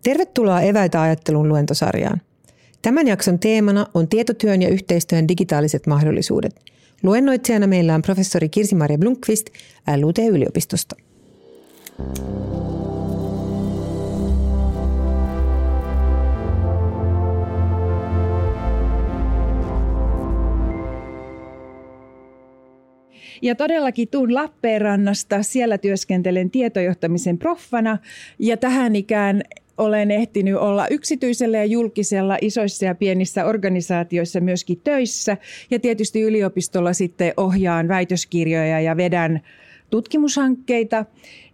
Tervetuloa Eväitä ajattelun luentosarjaan. Tämän jakson teemana on tietotyön ja yhteistyön digitaaliset mahdollisuudet. Luennoitsijana meillä on professori Kirsi-Maria Blomqvist LUT-yliopistosta. Ja todellakin tuun Lappeenrannasta, siellä työskentelen tietojohtamisen proffana ja tähän ikään olen ehtinyt olla yksityisellä ja julkisella isoissa ja pienissä organisaatioissa myöskin töissä ja tietysti yliopistolla sitten ohjaan väitöskirjoja ja vedän tutkimushankkeita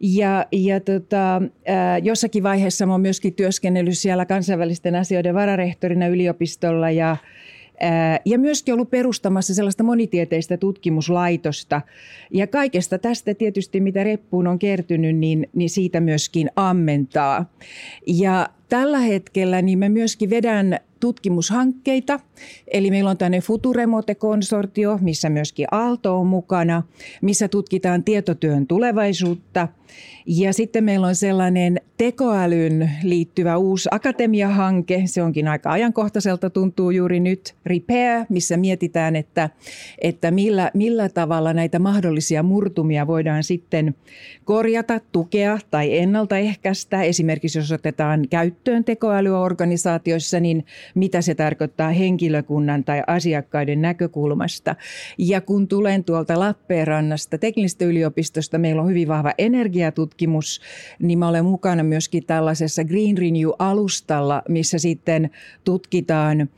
jossakin vaiheessa mä oon myöskin työskennellyt siellä kansainvälisten asioiden vararehtorina yliopistolla ja myöskin ollut perustamassa sellaista monitieteistä tutkimuslaitosta. Ja kaikesta tästä tietysti, mitä reppuun on kertynyt, niin siitä myöskin ammentaa. Ja tällä hetkellä niin mä myöskin vedän tutkimushankkeita. Eli meillä on tämmöinen Futuremote-konsortio, missä myöskin Aalto on mukana, missä tutkitaan tietotyön tulevaisuutta. Ja sitten meillä on sellainen tekoälyyn liittyvä uusi akatemiahanke. Se onkin aika ajankohtaiselta, tuntuu juuri nyt, Repair, missä mietitään, että millä tavalla näitä mahdollisia murtumia voidaan sitten korjata, tukea tai ennaltaehkäistä. Esimerkiksi jos otetaan käyttöön tekoälyä organisaatioissa, niin mitä se tarkoittaa henkilökunnan tai asiakkaiden näkökulmasta. Ja kun tulen tuolta Lappeenrannasta teknillisestä yliopistosta, meillä on hyvin vahva energiatutkimus, niin mä olen mukana myöskin tällaisessa Green Renew-alustalla, missä sitten tutkitaan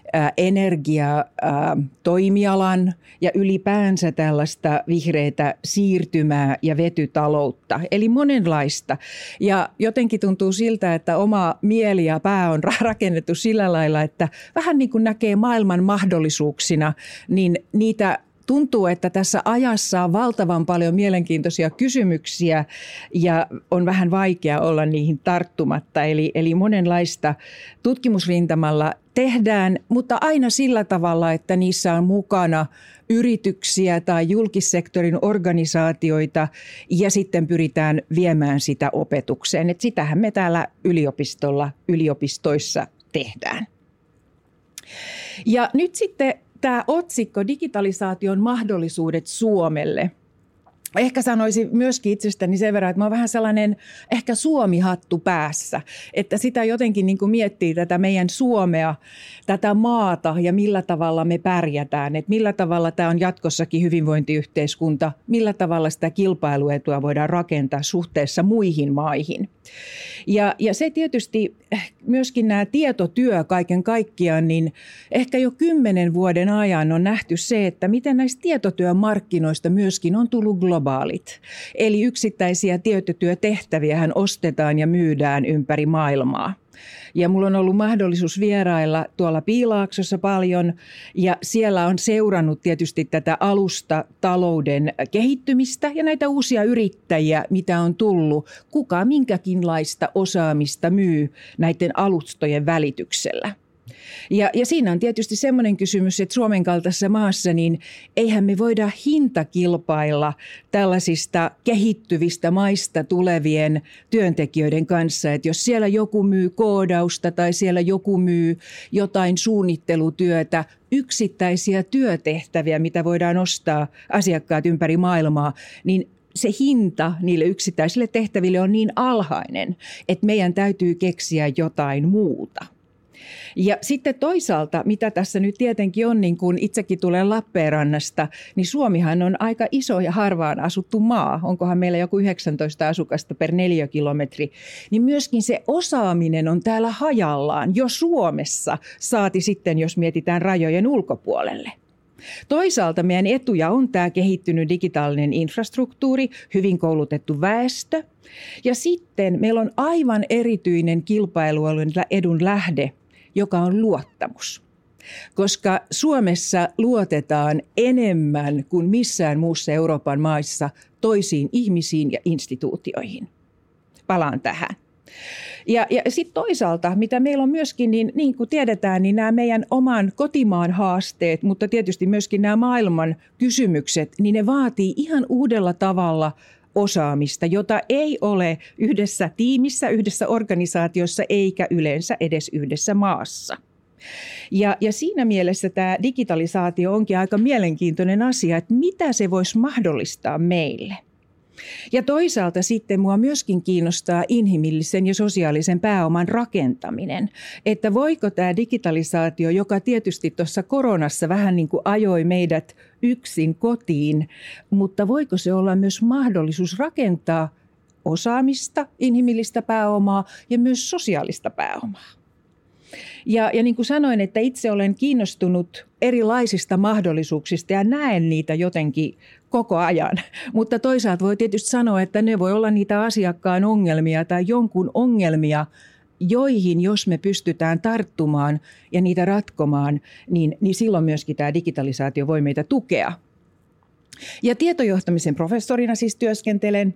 energiatoimialan ja ylipäänsä tällaista vihreätä siirtymää ja vetytaloutta. Eli monenlaista. Ja jotenkin tuntuu siltä, että oma mieli ja pää on rakennettu sillä lailla, että vähän niin kuin näkee maailman mahdollisuuksina, niin niitä tuntuu, että tässä ajassa on valtavan paljon mielenkiintoisia kysymyksiä ja on vähän vaikea olla niihin tarttumatta. Eli monenlaista tutkimusrintamalla tehdään, mutta aina sillä tavalla, että niissä on mukana yrityksiä tai julkissektorin organisaatioita ja sitten pyritään viemään sitä opetukseen. Et sitähän me täällä yliopistoissa tehdään. Ja nyt sitten tämä otsikko digitalisaation mahdollisuudet Suomelle. Ehkä sanoisin myöskin itsestäni sen verran, että mä oon vähän sellainen ehkä Suomi-hattu päässä, että sitä jotenkin niin kuin miettii tätä meidän Suomea, tätä maata ja millä tavalla me pärjätään, että millä tavalla tämä on jatkossakin hyvinvointiyhteiskunta, millä tavalla sitä kilpailuetua voidaan rakentaa suhteessa muihin maihin. Ja se tietysti myöskin nämä tietotyö kaiken kaikkiaan, niin ehkä jo 10 vuoden ajan on nähty se, että miten näistä tietotyömarkkinoista myöskin on tullut globaalit. Eli yksittäisiä tietotyötehtäviähän ostetaan ja myydään ympäri maailmaa. Ja mulla on ollut mahdollisuus vierailla tuolla Piilaaksossa paljon ja siellä on seurannut tietysti tätä alustatalouden kehittymistä ja näitä uusia yrittäjiä, mitä on tullut. Kuka minkäkinlaista osaamista myy näiden alustojen välityksellä. Ja siinä on tietysti semmoinen kysymys, että Suomen kaltaisessa maassa niin eihän me voida hintakilpailla tällaisista kehittyvistä maista tulevien työntekijöiden kanssa. Että jos siellä joku myy koodausta tai siellä joku myy jotain suunnittelutyötä, yksittäisiä työtehtäviä, mitä voidaan ostaa asiakkaat ympäri maailmaa, niin se hinta niille yksittäisille tehtäville on niin alhainen, että meidän täytyy keksiä jotain muuta. Ja sitten toisaalta, mitä tässä nyt tietenkin on, niin kun itsekin tulen Lappeenrannasta, niin Suomihan on aika iso ja harvaan asuttu maa. Onkohan meillä joku 19 asukasta per 4 kilometri. Niin myöskin se osaaminen on täällä hajallaan jo Suomessa, saati sitten, jos mietitään rajojen ulkopuolelle. Toisaalta meidän etuja on tämä kehittynyt digitaalinen infrastruktuuri, hyvin koulutettu väestö. Ja sitten meillä on aivan erityinen kilpailualueen edun lähde, joka on luottamus. Koska Suomessa luotetaan enemmän kuin missään muussa Euroopan maissa toisiin ihmisiin ja instituutioihin. Palaan tähän. Ja sitten toisaalta, mitä meillä on myöskin, niin kuin tiedetään, niin nämä meidän oman kotimaan haasteet, mutta tietysti myöskin nämä maailman kysymykset, niin ne vaatii ihan uudella tavalla osaamista, jota ei ole yhdessä tiimissä, yhdessä organisaatiossa eikä yleensä edes yhdessä maassa. Ja siinä mielessä tämä digitalisaatio onkin aika mielenkiintoinen asia, että mitä se voisi mahdollistaa meille. Ja toisaalta sitten mua myöskin kiinnostaa inhimillisen ja sosiaalisen pääoman rakentaminen, että voiko tämä digitalisaatio, joka tietysti tuossa koronassa vähän niin kuin ajoi meidät yksin kotiin, mutta voiko se olla myös mahdollisuus rakentaa osaamista, inhimillistä pääomaa ja myös sosiaalista pääomaa. Ja niin kuin sanoin, että itse olen kiinnostunut erilaisista mahdollisuuksista ja näen niitä jotenkin koko ajan. Mutta toisaalta voi tietysti sanoa, että ne voi olla niitä asiakkaan ongelmia tai jonkun ongelmia, joihin jos me pystytään tarttumaan ja niitä ratkomaan, niin silloin myöskin tämä digitalisaatio voi meitä tukea. Ja tietojohtamisen professorina siis työskentelen.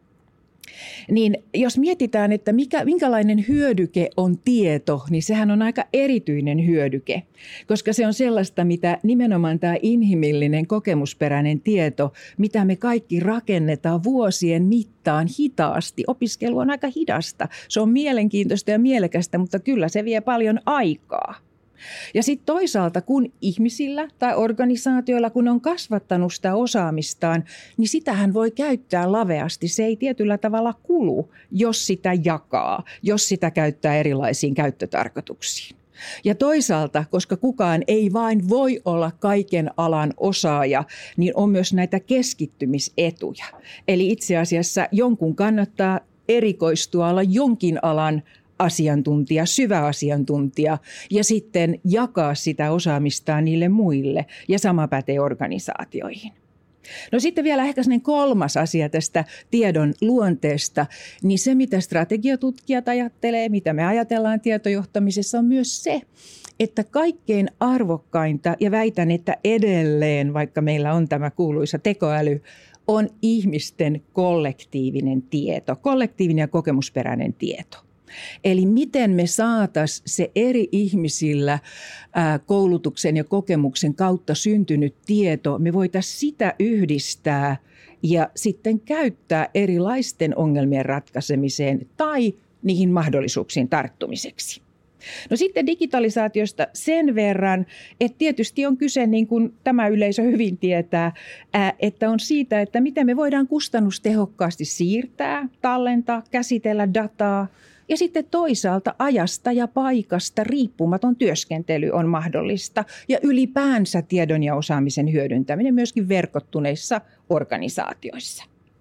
Niin jos mietitään, että minkälainen hyödyke on tieto, niin sehän on aika erityinen hyödyke, koska se on sellaista, mitä nimenomaan tämä inhimillinen kokemusperäinen tieto, mitä me kaikki rakennetaan vuosien mittaan hitaasti. Opiskelu on aika hidasta. Se on mielenkiintoista ja mielekästä, mutta kyllä se vie paljon aikaa. Ja sitten toisaalta, kun ihmisillä tai organisaatioilla, kun on kasvattanut sitä osaamistaan, niin sitähän voi käyttää laveasti. Se ei tietyllä tavalla kulu, jos sitä jakaa, jos sitä käyttää erilaisiin käyttötarkoituksiin. Ja toisaalta, koska kukaan ei vain voi olla kaiken alan osaaja, niin on myös näitä keskittymisetuja. Eli itse asiassa jonkun kannattaa erikoistua olla jonkin alan asiantuntija, syvä asiantuntija ja sitten jakaa sitä osaamistaan niille muille ja sama pätee organisaatioihin. No sitten vielä ehkä sellainen kolmas asia tästä tiedon luonteesta, niin se mitä strategiatutkijat ajattelee, mitä me ajatellaan tietojohtamisessa on myös se, että kaikkein arvokkainta ja väitän, että edelleen, vaikka meillä on tämä kuuluisa tekoäly, on ihmisten kollektiivinen tieto, kollektiivinen ja kokemusperäinen tieto. Eli miten me saataisiin se eri ihmisillä koulutuksen ja kokemuksen kautta syntynyt tieto, me voitaisiin sitä yhdistää ja sitten käyttää erilaisten ongelmien ratkaisemiseen tai niihin mahdollisuuksiin tarttumiseksi. No sitten digitalisaatiosta sen verran, että tietysti on kyse, niin kuin tämä yleisö hyvin tietää, että on siitä, että miten me voidaan kustannustehokkaasti siirtää, tallentaa, käsitellä dataa. Ja sitten toisaalta ajasta ja paikasta riippumaton työskentely on mahdollista ja ylipäänsä tiedon ja osaamisen hyödyntäminen myöskin verkottuneissa organisaatioissa.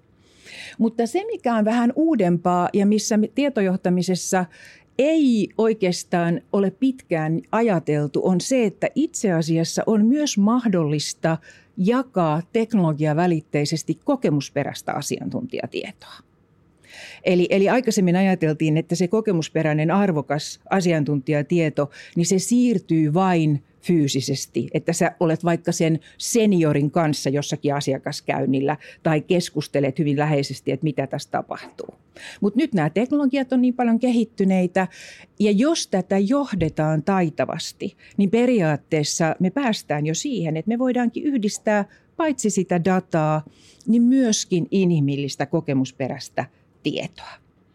Mutta se, mikä on vähän uudempaa ja missä tietojohtamisessa ei oikeastaan ole pitkään ajateltu, on se, että itse asiassa on myös mahdollista jakaa teknologiavälitteisesti kokemusperäistä asiantuntijatietoa. Eli aikaisemmin ajateltiin, että se kokemusperäinen arvokas asiantuntijatieto, niin se siirtyy vain fyysisesti, että sä olet vaikka sen seniorin kanssa jossakin asiakaskäynnillä tai keskustelet hyvin läheisesti, että mitä tässä tapahtuu. Mutta nyt nämä teknologiat on niin paljon kehittyneitä ja jos tätä johdetaan taitavasti, niin periaatteessa me päästään jo siihen, että me voidaankin yhdistää paitsi sitä dataa, niin myöskin inhimillistä kokemusperäistä tietoa.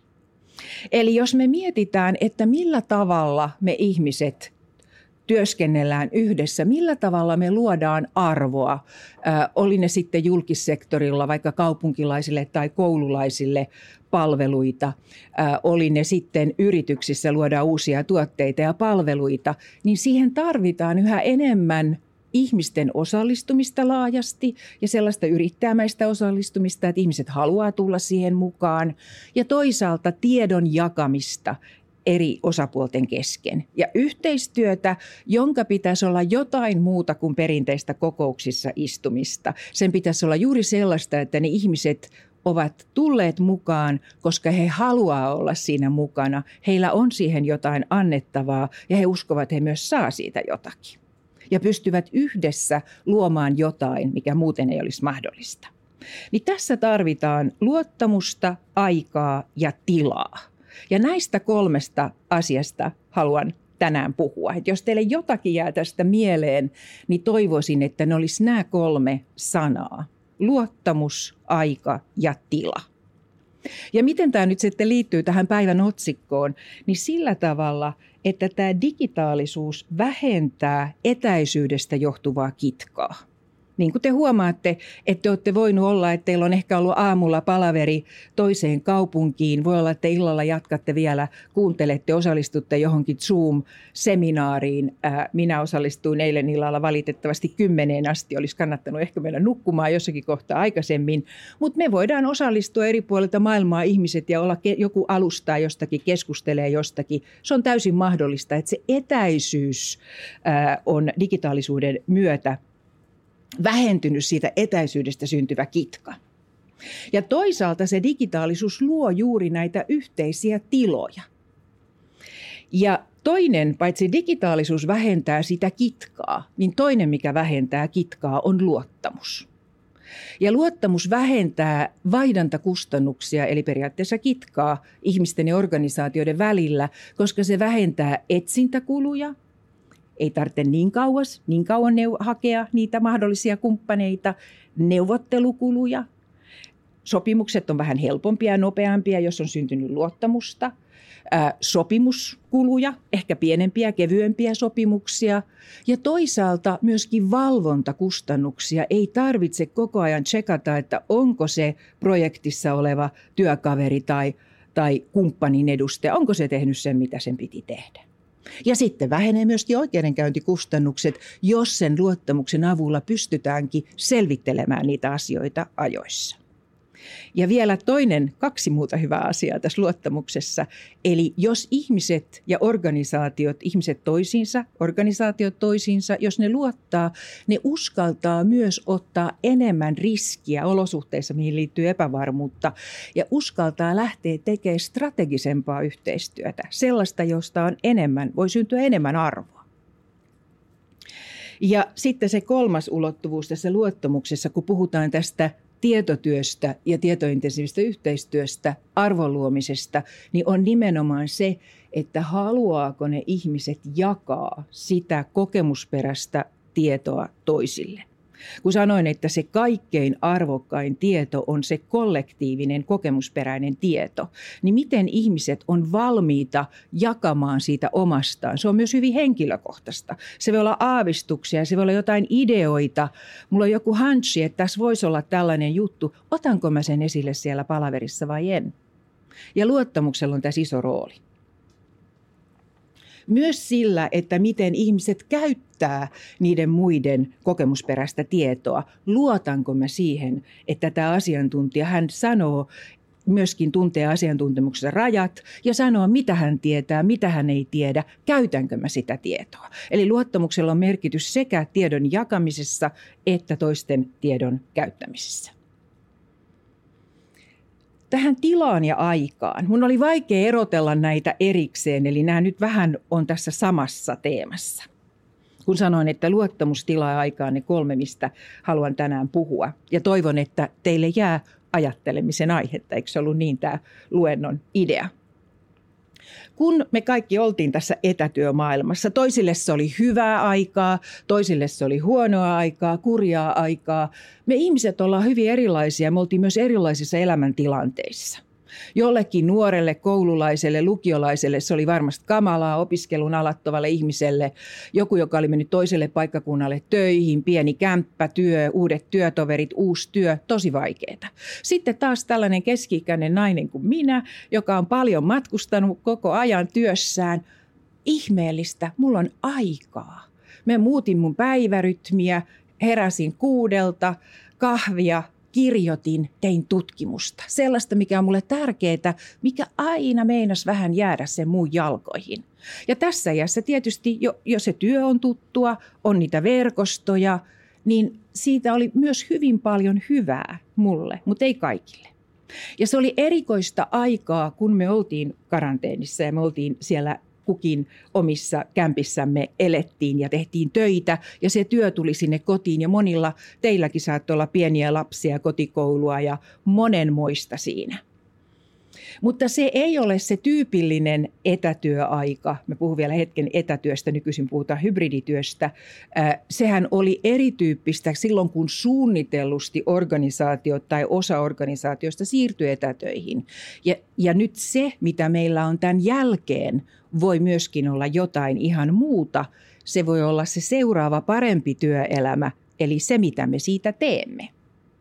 Eli jos me mietitään, että millä tavalla me ihmiset työskennellään yhdessä, millä tavalla me luodaan arvoa, oli ne sitten julkissektorilla, vaikka kaupunkilaisille tai koululaisille palveluita, oli ne sitten yrityksissä luodaan uusia tuotteita ja palveluita, niin siihen tarvitaan yhä enemmän ihmisten osallistumista laajasti ja sellaista yrittäjämäistä osallistumista, että ihmiset haluaa tulla siihen mukaan ja toisaalta tiedon jakamista eri osapuolten kesken ja yhteistyötä, jonka pitäisi olla jotain muuta kuin perinteistä kokouksissa istumista. Sen pitäisi olla juuri sellaista, että ne ihmiset ovat tulleet mukaan, koska he haluaa olla siinä mukana. Heillä on siihen jotain annettavaa ja he uskovat, että he myös saa siitä jotakin. Ja pystyvät yhdessä luomaan jotain, mikä muuten ei olisi mahdollista. Niin tässä tarvitaan luottamusta, aikaa ja tilaa. Ja näistä kolmesta asiasta haluan tänään puhua. Et jos teille jotakin jää tästä mieleen, niin toivoisin, että ne olisi nämä 3 sanaa. luottamus, aika ja tila. Ja miten tämä nyt sitten liittyy tähän päivän otsikkoon, niin sillä tavalla, että tämä digitaalisuus vähentää etäisyydestä johtuvaa kitkaa. Niin kuin te huomaatte, että te olette voinut olla, että teillä on ehkä ollut aamulla palaveri toiseen kaupunkiin. Voi olla, että illalla jatkatte vielä, kuuntelette, osallistutte johonkin Zoom-seminaariin. Minä osallistuin eilen illalla valitettavasti 10 asti. Olisi kannattanut ehkä mennä nukkumaan jossakin kohtaa aikaisemmin. Mutta me voidaan osallistua eri puolilta maailmaa ihmiset ja olla joku alustaa jostakin, keskustelee jostakin. Se on täysin mahdollista, että se etäisyys on digitaalisuuden myötä vähentynyt siitä etäisyydestä syntyvä kitka. Ja toisaalta se digitaalisuus luo juuri näitä yhteisiä tiloja. Ja toinen, paitsi digitaalisuus vähentää sitä kitkaa, niin toinen, mikä vähentää kitkaa, on luottamus. Ja luottamus vähentää vaihdantakustannuksia, eli periaatteessa kitkaa ihmisten ja organisaatioiden välillä, koska se vähentää etsintäkuluja. Ei tarvitse niin kauan hakea niitä mahdollisia kumppaneita, neuvottelukuluja. Sopimukset on vähän helpompia ja nopeampia, jos on syntynyt luottamusta. Sopimuskuluja, ehkä pienempiä, kevyempiä sopimuksia. Ja toisaalta myöskin valvontakustannuksia. Ei tarvitse koko ajan tsekata, että onko se projektissa oleva työkaveri tai kumppanin edustaja, onko se tehnyt sen, mitä sen piti tehdä. Ja sitten vähenee myöskin oikeudenkäyntikustannukset, jos sen luottamuksen avulla pystytäänkin selvittelemään niitä asioita ajoissa. Ja vielä kaksi muuta hyvää asiaa tässä luottamuksessa. Eli jos ihmiset ja organisaatiot, ihmiset toisiinsa, organisaatiot toisiinsa, jos ne luottaa, ne uskaltaa myös ottaa enemmän riskiä olosuhteissa, mihin liittyy epävarmuutta, ja uskaltaa lähteä tekemään strategisempaa yhteistyötä, sellaista, josta on enemmän, voi syntyä enemmän arvoa. Ja sitten se kolmas ulottuvuus tässä luottamuksessa, kun puhutaan tästä tietotyöstä ja tietointensiivisestä yhteistyöstä, arvonluomisesta, niin on nimenomaan se, että haluaako ne ihmiset jakaa sitä kokemusperäistä tietoa toisille. Kun sanoin, että se kaikkein arvokkain tieto on se kollektiivinen kokemusperäinen tieto, niin miten ihmiset on valmiita jakamaan siitä omastaan? Se on myös hyvin henkilökohtaista. Se voi olla aavistuksia, se voi olla jotain ideoita. Mulla on joku hunchi, että tässä voisi olla tällainen juttu. Otanko mä sen esille siellä palaverissa vai en? Ja luottamuksella on tässä iso rooli. Myös sillä, että miten ihmiset käyttää niiden muiden kokemusperäistä tietoa. Luotanko mä siihen, että tämä asiantuntija, hän sanoo, myöskin tuntee asiantuntemuksessa rajat ja sanoo, mitä hän tietää, mitä hän ei tiedä, käytänkö mä sitä tietoa. Eli luottamuksella on merkitys sekä tiedon jakamisessa että toisten tiedon käyttämisessä. Tähän tilaan ja aikaan. Mun oli vaikea erotella näitä erikseen, eli nämä nyt vähän on tässä samassa teemassa. Kun sanoin, että luottamus, tila ja aika on ne 3, mistä haluan tänään puhua. Ja toivon, että teille jää ajattelemisen aihetta, eikö se ollut niin tämä luennon idea? Kun me kaikki oltiin tässä etätyömaailmassa, toisille se oli hyvää aikaa, toisille se oli huonoa aikaa, kurjaa aikaa. Me ihmiset ollaan hyvin erilaisia, me oltiin myös erilaisissa elämäntilanteissa. Jollekin nuorelle, koululaiselle, lukiolaiselle se oli varmasti kamalaa, opiskelun aloittavalle ihmiselle. Joku, joka oli mennyt toiselle paikkakunnalle töihin, pieni kämppä, työ, uudet työtoverit, uusi työ, tosi vaikeaa. Sitten taas tällainen keski-ikäinen nainen kuin minä, joka on paljon matkustanut koko ajan työssään. Ihmeellistä, mulla on aikaa. Mä muutin mun päivärytmiä, heräsin 6, kahvia, kirjoitin, tein tutkimusta. Sellaista, mikä on mulle tärkeää, mikä aina meinasi vähän jäädä sen muun jalkoihin. Ja tässä iässä tietysti, jo se työ on tuttua, on niitä verkostoja, niin siitä oli myös hyvin paljon hyvää mulle, mutta ei kaikille. Ja se oli erikoista aikaa, kun me oltiin karanteenissa ja me oltiin siellä kukin omissa kämpissämme elettiin ja tehtiin töitä ja se työ tuli sinne kotiin ja monilla teilläkin saattoi olla pieniä lapsia, kotikoulua ja monenmoista siinä. Mutta se ei ole se tyypillinen etätyöaika. Me puhun vielä hetken etätyöstä, nykyisin puhutaan hybridityöstä. Sehän oli erityyppistä silloin, kun suunnitellusti organisaatiot tai osa organisaatiosta siirtyi etätöihin. Ja nyt se, mitä meillä on tämän jälkeen, voi myöskin olla jotain ihan muuta. Se voi olla se seuraava parempi työelämä, eli se, mitä me siitä teemme.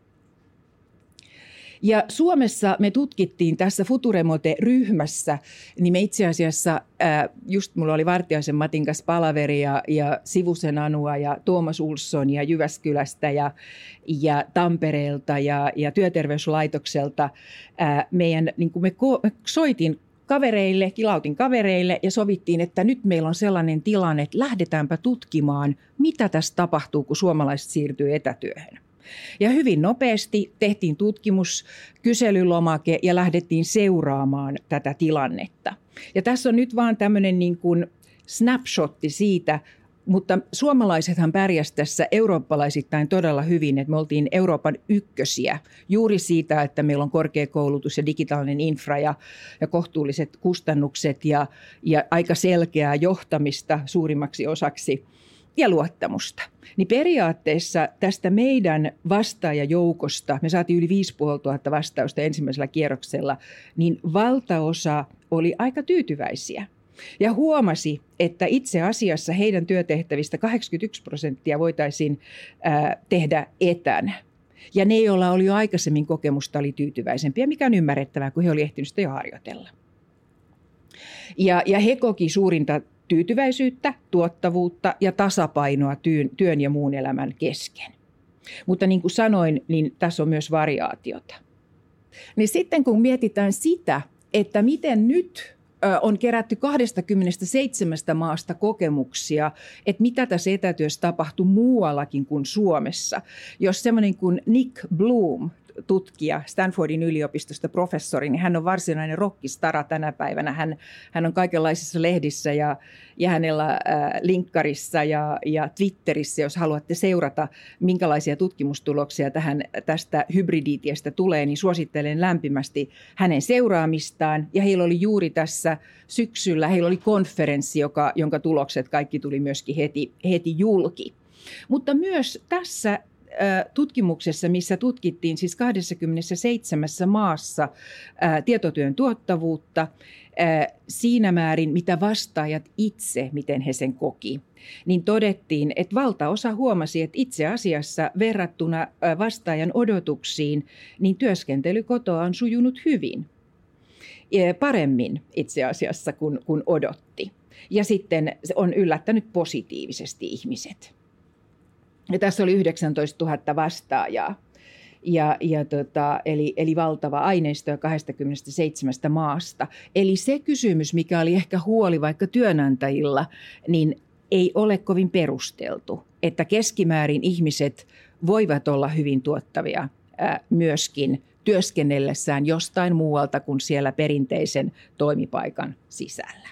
Ja Suomessa me tutkittiin tässä Futuremote-ryhmässä, niin me itse asiassa, just mulla oli Vartiaisen Matin kanssa palaveri ja Sivusen Anua ja Tuomas Ulsson ja Jyväskylästä ja Tampereelta ja Työterveyslaitokselta. Niin kuin me soitin kavereille, kilautin kavereille ja sovittiin, että nyt meillä on sellainen tilanne, että lähdetäänpä tutkimaan, mitä tässä tapahtuu, kun suomalaiset siirtyy etätyöhön. Ja hyvin nopeasti tehtiin tutkimus, kyselylomake ja lähdettiin seuraamaan tätä tilannetta. Ja tässä on nyt vaan tämmöinen niin kuin snapshotti siitä, mutta suomalaisethan pärjäsivät tässä eurooppalaisittain todella hyvin, että me oltiin Euroopan ykkösiä juuri siitä, että meillä on korkeakoulutus ja digitaalinen infra ja kohtuulliset kustannukset ja aika selkeää johtamista suurimmaksi osaksi ja luottamusta. Niin periaatteessa tästä meidän vastaajajoukosta, me saatiin yli 5500 vastausta ensimmäisellä kierroksella, niin valtaosa oli aika tyytyväisiä. Ja huomasi, että itse asiassa heidän työtehtävistä 81% voitaisiin tehdä etänä. Ja ne, joilla oli jo aikaisemmin kokemusta, oli tyytyväisempiä, mikä on ymmärrettävää, kun he olivat ehtineet sitä jo harjoitella. Ja he koki suurinta tyytyväisyyttä, tuottavuutta ja tasapainoa työn ja muun elämän kesken. Mutta niin kuin sanoin, niin tässä on myös variaatiota. Niin sitten kun mietitään sitä, että miten nyt on kerätty 27 maasta kokemuksia, että mitä tässä etätyössä tapahtuu muuallakin kuin Suomessa. Jos semmoinen kuin Nick Bloom, tutkija Stanfordin yliopistosta, professori, niin hän on varsinainen rockistara tänä päivänä. Hän on kaikenlaisissa lehdissä ja hänellä linkkarissa ja Twitterissä, jos haluatte seurata, minkälaisia tutkimustuloksia tästä hybriditiestä tulee, niin suosittelen lämpimästi hänen seuraamistaan. Ja heillä oli juuri tässä syksyllä, heillä oli konferenssi, jonka tulokset kaikki tuli myöskin heti julki. Mutta myös tässä tutkimuksessa, missä tutkittiin siis 27 maassa tietotyön tuottavuutta siinä määrin, mitä vastaajat itse, miten he sen koki, niin todettiin, että valtaosa huomasi, että itse asiassa verrattuna vastaajan odotuksiin, niin työskentely kotoa on sujunut hyvin, paremmin itse asiassa kuin odotti. Ja sitten se on yllättänyt positiivisesti ihmiset. Ja tässä oli 19 000 vastaajaa, eli valtava aineisto 27 maasta. Eli se kysymys, mikä oli ehkä huoli vaikka työnantajilla, niin ei ole kovin perusteltu, että keskimäärin ihmiset voivat olla hyvin tuottavia myöskin työskennellessään jostain muualta kuin siellä perinteisen toimipaikan sisällä.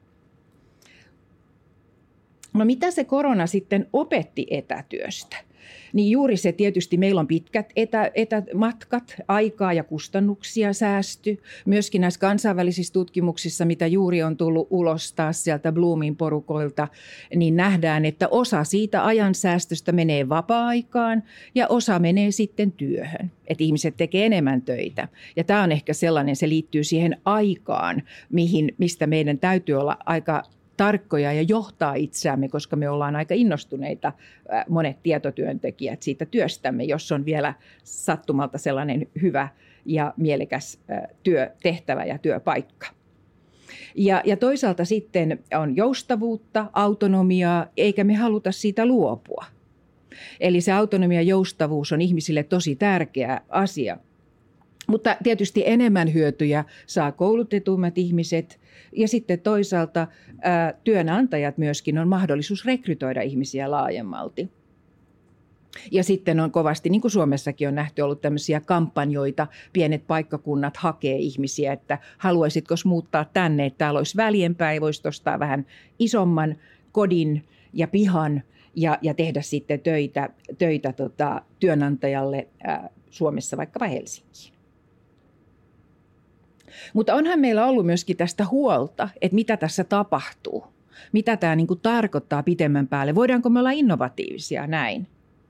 No mitä se korona sitten opetti etätyöstä? Niin juuri se tietysti, meillä on pitkät etämatkat, aikaa ja kustannuksia säästy. Myöskin näissä kansainvälisissä tutkimuksissa, mitä juuri on tullut ulos taas sieltä Bloomin porukoilta, niin nähdään, että osa siitä ajansäästöstä menee vapaa-aikaan ja osa menee sitten työhön. Että ihmiset tekee enemmän töitä. Ja tämä on ehkä sellainen, se liittyy siihen aikaan, mistä meidän täytyy olla aika tarkkoja ja johtaa itseämme, koska me ollaan aika innostuneita monet tietotyöntekijät siitä työstämme, jos on vielä sattumalta sellainen hyvä ja mielekäs työtehtävä ja työpaikka. Ja toisaalta sitten on joustavuutta, autonomiaa, eikä me haluta siitä luopua. Eli se autonomia ja joustavuus on ihmisille tosi tärkeä asia. Mutta tietysti enemmän hyötyjä saa koulutetummat ihmiset ja sitten toisaalta työnantajat myöskin on mahdollisuus rekrytoida ihmisiä laajemmalti. Ja sitten on kovasti, niin kuin Suomessakin on nähty, ollut tämmöisiä kampanjoita, pienet paikkakunnat hakee ihmisiä, että haluaisitko muuttaa tänne, että täällä olisi väljempää, voisi ostaa vähän isomman kodin ja pihan ja tehdä sitten töitä työnantajalle Suomessa vaikkapa Helsinkiin. Mutta onhan meillä ollut myöskin tästä huolta, että mitä tässä tapahtuu. Mitä tämä niin kuin tarkoittaa pitemmän päälle? Voidaanko me olla innovatiivisia näin?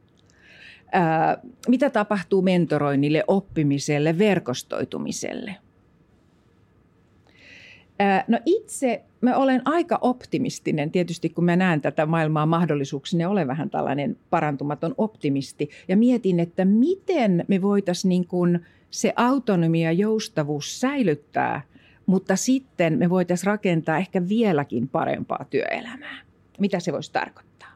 Mitä tapahtuu mentoroinnille, oppimiselle, verkostoitumiselle? No itse mä olen aika optimistinen. Tietysti kun mä näen tätä maailmaa mahdollisuuksia, niin olen vähän tällainen parantumaton optimisti. Ja mietin, että miten me voitaisiin niin kuin se autonomia ja joustavuus säilyttää, mutta sitten me voitaisiin rakentaa ehkä vieläkin parempaa työelämää. Mitä se voisi tarkoittaa?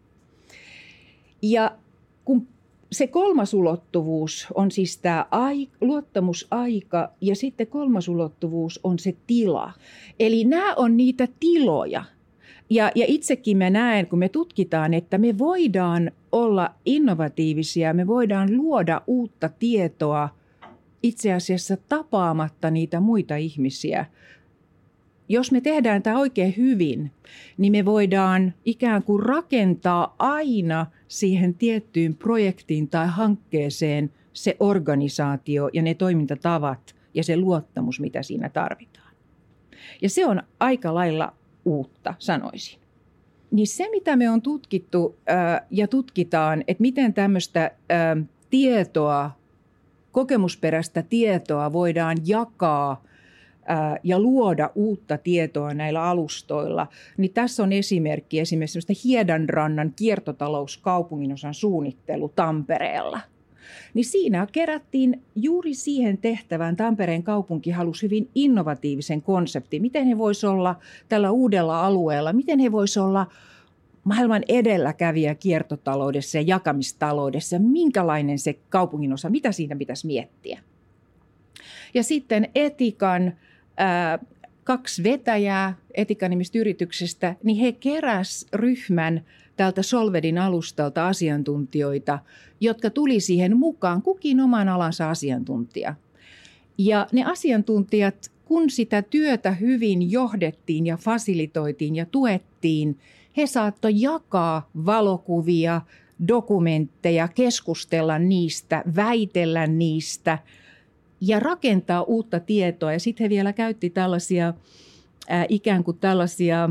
Ja kun se kolmas ulottuvuus on siis tämä luottamusaika ja sitten kolmas ulottuvuus on se tila. Eli nämä on niitä tiloja. Ja itsekin mä näen, kun me tutkitaan, että me voidaan olla innovatiivisia, me voidaan luoda uutta tietoa itse asiassa tapaamatta niitä muita ihmisiä. Jos me tehdään tämä oikein hyvin, niin me voidaan ikään kuin rakentaa aina siihen tiettyyn projektiin tai hankkeeseen se organisaatio ja ne toimintatavat ja se luottamus, mitä siinä tarvitaan. Ja se on aika lailla uutta, sanoisin. Niin se, mitä me on tutkittu ja tutkitaan, että miten tämmöistä tietoa, kokemusperäistä tietoa voidaan jakaa ja luoda uutta tietoa näillä alustoilla, niin tässä on esimerkiksi Hiedanrannan kiertotalouskaupunginosan suunnittelu Tampereella. Niin siinä kerättiin juuri siihen tehtävään, Tampereen kaupunki halusi hyvin innovatiivisen konseptin, miten he voisi olla tällä uudella alueella, miten he voisi olla maailman edelläkävijä kiertotaloudessa ja jakamistaloudessa, minkälainen se kaupunginosa, mitä siinä pitäisi miettiä. Ja sitten Etikan 2 vetäjää Etikan-nimistä yrityksestä, niin he keräs ryhmän tältä Solvedin alustalta asiantuntijoita, jotka tuli siihen mukaan, kukin oman alansa asiantuntija. Ja ne asiantuntijat, kun sitä työtä hyvin johdettiin ja fasilitoitiin ja tuettiin, he saattoi jakaa valokuvia, dokumentteja, keskustella niistä, väitellä niistä ja rakentaa uutta tietoa. Ja sitten he vielä käytti tällaisia ikään kuin tällaisia,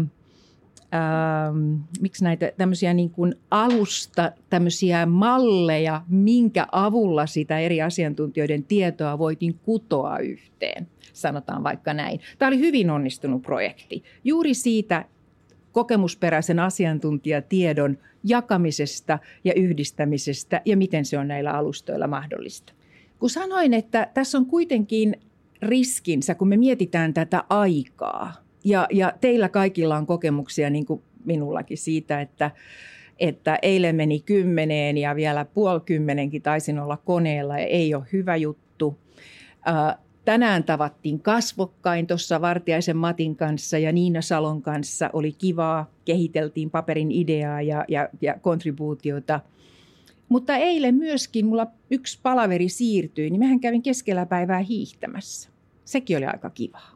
miksi näitä tämmöisiä niin kuin alusta, tämmöisiä malleja, minkä avulla sitä eri asiantuntijoiden tietoa voitiin kutoa yhteen, sanotaan vaikka näin. Tämä oli hyvin onnistunut projekti. Juuri siitä kokemusperäisen asiantuntijatiedon jakamisesta ja yhdistämisestä ja miten se on näillä alustoilla mahdollista. Kun sanoin, että tässä on kuitenkin riskinsä, kun me mietitään tätä aikaa ja teillä kaikilla on kokemuksia, niin kuin minullakin siitä, että eilen meni 10 ja vielä 9:30 taisin olla koneella ja ei ole hyvä juttu. Tänään tavattiin kasvokkain tuossa Vartiaisen Matin kanssa ja Niina Salon kanssa. Oli kivaa, kehiteltiin paperin ideaa ja kontribuutiota. Mutta eilen myöskin mulla yksi palaveri siirtyi, niin mähän kävin keskellä päivää hiihtämässä. Sekin oli aika kivaa.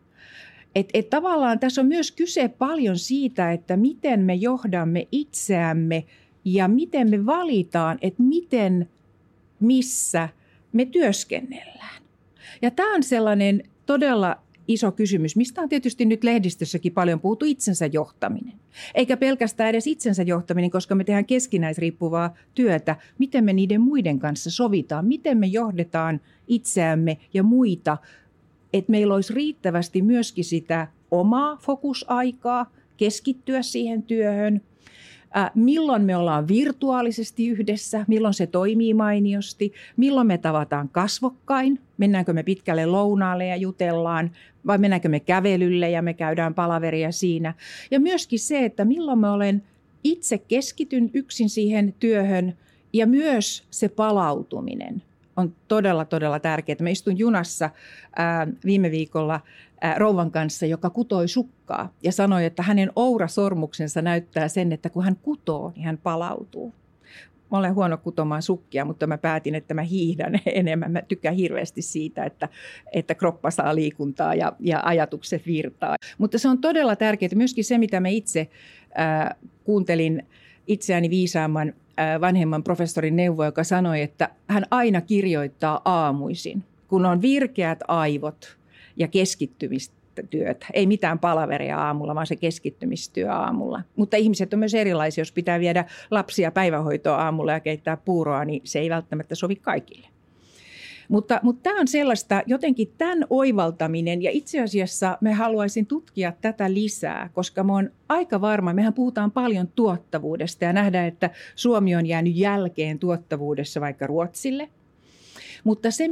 Et tavallaan tässä on myös kyse paljon siitä, että miten me johdamme itseämme ja miten me valitaan, että miten, missä me työskennellään. Ja tämä on sellainen todella iso kysymys, mistä on tietysti nyt lehdistössäkin paljon puhuttu, itsensä johtaminen. Eikä pelkästään edes itsensä johtaminen, koska me tehdään keskinäisriippuvaa työtä. Miten me niiden muiden kanssa sovitaan, miten me johdetaan itseämme ja muita, että meillä olisi riittävästi myöskin sitä omaa fokusaikaa, keskittyä siihen työhön. Milloin me ollaan virtuaalisesti yhdessä, milloin se toimii mainiosti, milloin me tavataan kasvokkain, mennäänkö me pitkälle lounaalle ja jutellaan, vai mennäänkö me kävelylle ja me käydään palaveria siinä. Ja myöskin se, että milloin mä olen itse keskityn yksin siihen työhön ja myös se palautuminen on todella, todella tärkeää. Mä istuin junassa viime viikolla rouvan kanssa, joka kutoi sukkaa ja sanoi, että hänen ourasormuksensa näyttää sen, että kun hän kutoo, niin hän palautuu. Mä olen huono kutomaan sukkia, mutta mä päätin, että mä hiihdän enemmän. Mä tykkään hirveästi siitä, että kroppa saa liikuntaa ja ajatukset virtaa. Mutta se on todella tärkeää. Myöskin se, mitä mä itse kuuntelin itseäni viisaamman vanhemman professorin neuvoa, joka sanoi, että hän aina kirjoittaa aamuisin, kun on virkeät aivot ja keskittymistyötä. Ei mitään palaveria aamulla, vaan se keskittymistyö aamulla. Mutta ihmiset on myös erilaisia. Jos pitää viedä lapsia päivähoitoa aamulla ja keittää puuroa, niin se ei välttämättä sovi kaikille. Mutta tämä on sellaista, jotenkin tämän oivaltaminen, ja itse asiassa me haluaisin tutkia tätä lisää, koska mä oon aika varma, mehän puhutaan paljon tuottavuudesta ja nähdään, että Suomi on jäänyt jälkeen tuottavuudessa vaikka Ruotsille. Mutta se,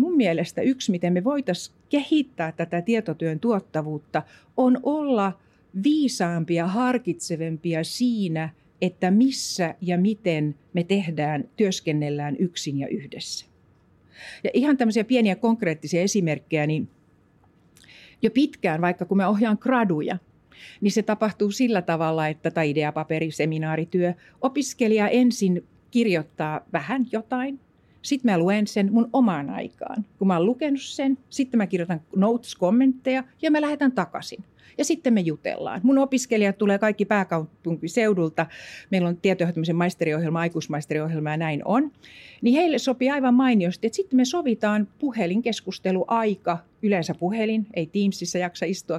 miten me voitaisiin kehittää tätä tietotyön tuottavuutta, on olla viisaampia, harkitsevempia siinä, että missä ja miten me työskennellään yksin ja yhdessä. Ja ihan tämmöisiä pieniä konkreettisia esimerkkejä, niin jo pitkään, vaikka kun mä ohjaan graduja, niin se tapahtuu sillä tavalla, tai ideapaperi, seminaarityö, opiskelija ensin kirjoittaa vähän jotain, sitten mä luen sen mun omaan aikaan. Kun mä oon lukenut sen, sitten mä kirjoitan notes-kommentteja ja mä lähetän takaisin. Ja sitten me jutellaan. Mun opiskelijat tulee kaikki pääkaupunkiseudulta. Meillä on tietojohtamisen maisteriohjelma, aikuismaisteriohjelma ja näin on. Niin heille sopii aivan mainiosti, että sitten me sovitaan puhelinkeskusteluaika. Yleensä puhelin, ei Teamsissa jaksa istua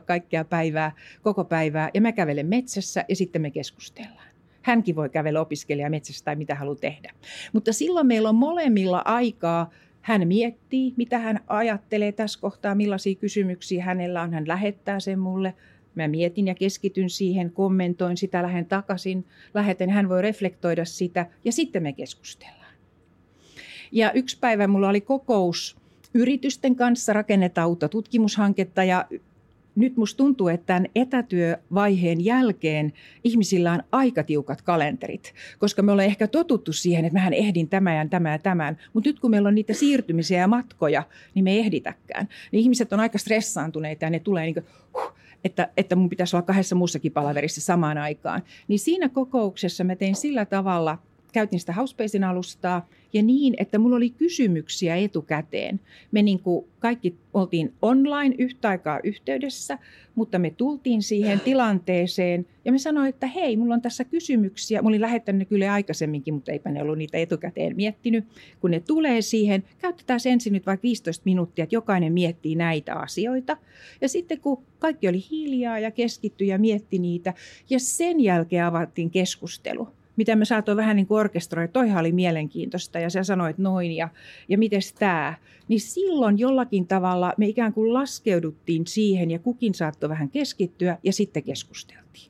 koko päivää. Ja mä kävelen metsässä ja sitten me keskustellaan. Hänkin voi kävellä opiskelija metsässä tai mitä haluaa tehdä. Mutta silloin meillä on molemmilla aikaa. Hän miettii, mitä hän ajattelee tässä kohtaa, millaisia kysymyksiä hänellä on. Hän lähettää sen mulle. Mä mietin ja keskityn siihen, kommentoin sitä, lähden takaisin. Hän voi reflektoida sitä ja sitten me keskustellaan. Ja yksi päivä mulla oli kokous yritysten kanssa, rakennetaan uutta tutkimushanketta ja nyt musta tuntuu, että tämän etätyövaiheen jälkeen ihmisillä on aika tiukat kalenterit, koska me ollaan ehkä totuttu siihen, että mähän ehdin tämän ja tämän, mutta nyt kun meillä on niitä siirtymisiä ja matkoja, niin me ei ehditäkään. Niin ihmiset on aika stressaantuneita ja ne tulee niin kuin, että mun pitäisi olla 2 muussakin palaverissa samaan aikaan. Niin siinä kokouksessa mä tein sillä tavalla, käytin sitä Housepacein alustaa ja niin, että mulla oli kysymyksiä etukäteen. Me niin kuin kaikki oltiin online yhtä aikaa yhteydessä, mutta me tultiin siihen tilanteeseen ja me sanoin, että hei, mulla on tässä kysymyksiä. Mä olin lähettänyt ne kyllä aikaisemminkin, mutta eipä ne ollut niitä etukäteen miettinyt. Kun ne tulee siihen, käytetään ensin nyt vaikka 15 minuuttia, että jokainen miettii näitä asioita. Ja sitten kun kaikki oli hiljaa ja keskittyi ja mietti niitä ja sen jälkeen avattiin keskustelu. Mitä me saatoin vähän niin kuin orkestroida, toihan oli mielenkiintoista ja sä sanoit noin ja mites tää. Niin silloin jollakin tavalla me ikään kuin laskeuduttiin siihen ja kukin saattoi vähän keskittyä ja sitten keskusteltiin.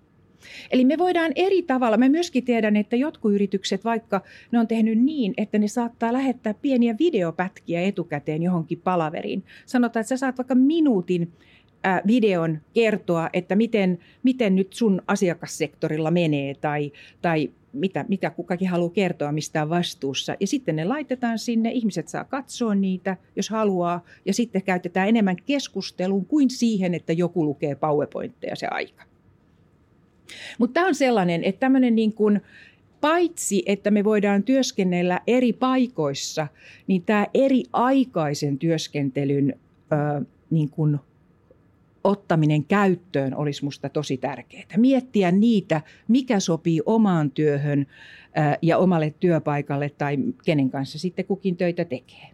Eli me voidaan eri tavalla, mä myöskin tiedän, että jotkut yritykset, vaikka ne on tehnyt niin, että ne saattaa lähettää pieniä videopätkiä etukäteen johonkin palaveriin. Sanotaan, että sä saat vaikka minuutin videon kertoa, että miten nyt sun asiakassektorilla menee tai mitä kukakin haluaa kertoa mistään vastuussa. Ja sitten ne laitetaan sinne, ihmiset saa katsoa niitä, jos haluaa, ja sitten käytetään enemmän keskusteluun kuin siihen, että joku lukee PowerPointteja se aika. Mutta tämä on sellainen, että tämmöinen niin kuin, paitsi että me voidaan työskennellä eri paikoissa, niin tämä eri aikaisen työskentelyn niin kuin ottaminen käyttöön olisi musta tosi tärkeää. Miettiä niitä, mikä sopii omaan työhön ja omalle työpaikalle tai kenen kanssa sitten kukin töitä tekee.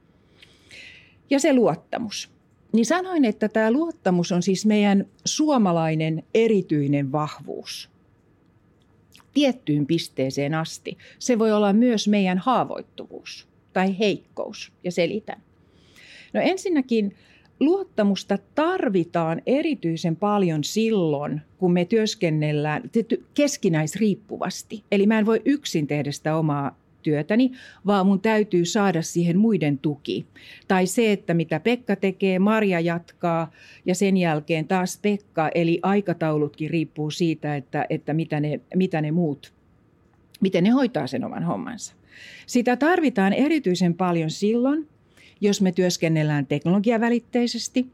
Ja se luottamus. Niin sanoin, että tämä luottamus on siis meidän suomalainen erityinen vahvuus. Tiettyyn pisteeseen asti. Se voi olla myös meidän haavoittuvuus tai heikkous, ja selitän. No ensinnäkin luottamusta tarvitaan erityisen paljon silloin, kun me työskennellään keskinäisriippuvasti. Eli mä en voi yksin tehdä sitä omaa työtäni, vaan mun täytyy saada siihen muiden tuki. Tai se, että mitä Pekka tekee, Marja jatkaa ja sen jälkeen taas Pekka. Eli aikataulutkin riippuu siitä, että mitä ne muut, miten ne hoitaa sen oman hommansa. Sitä tarvitaan erityisen paljon silloin, jos me työskennellään teknologiavälitteisesti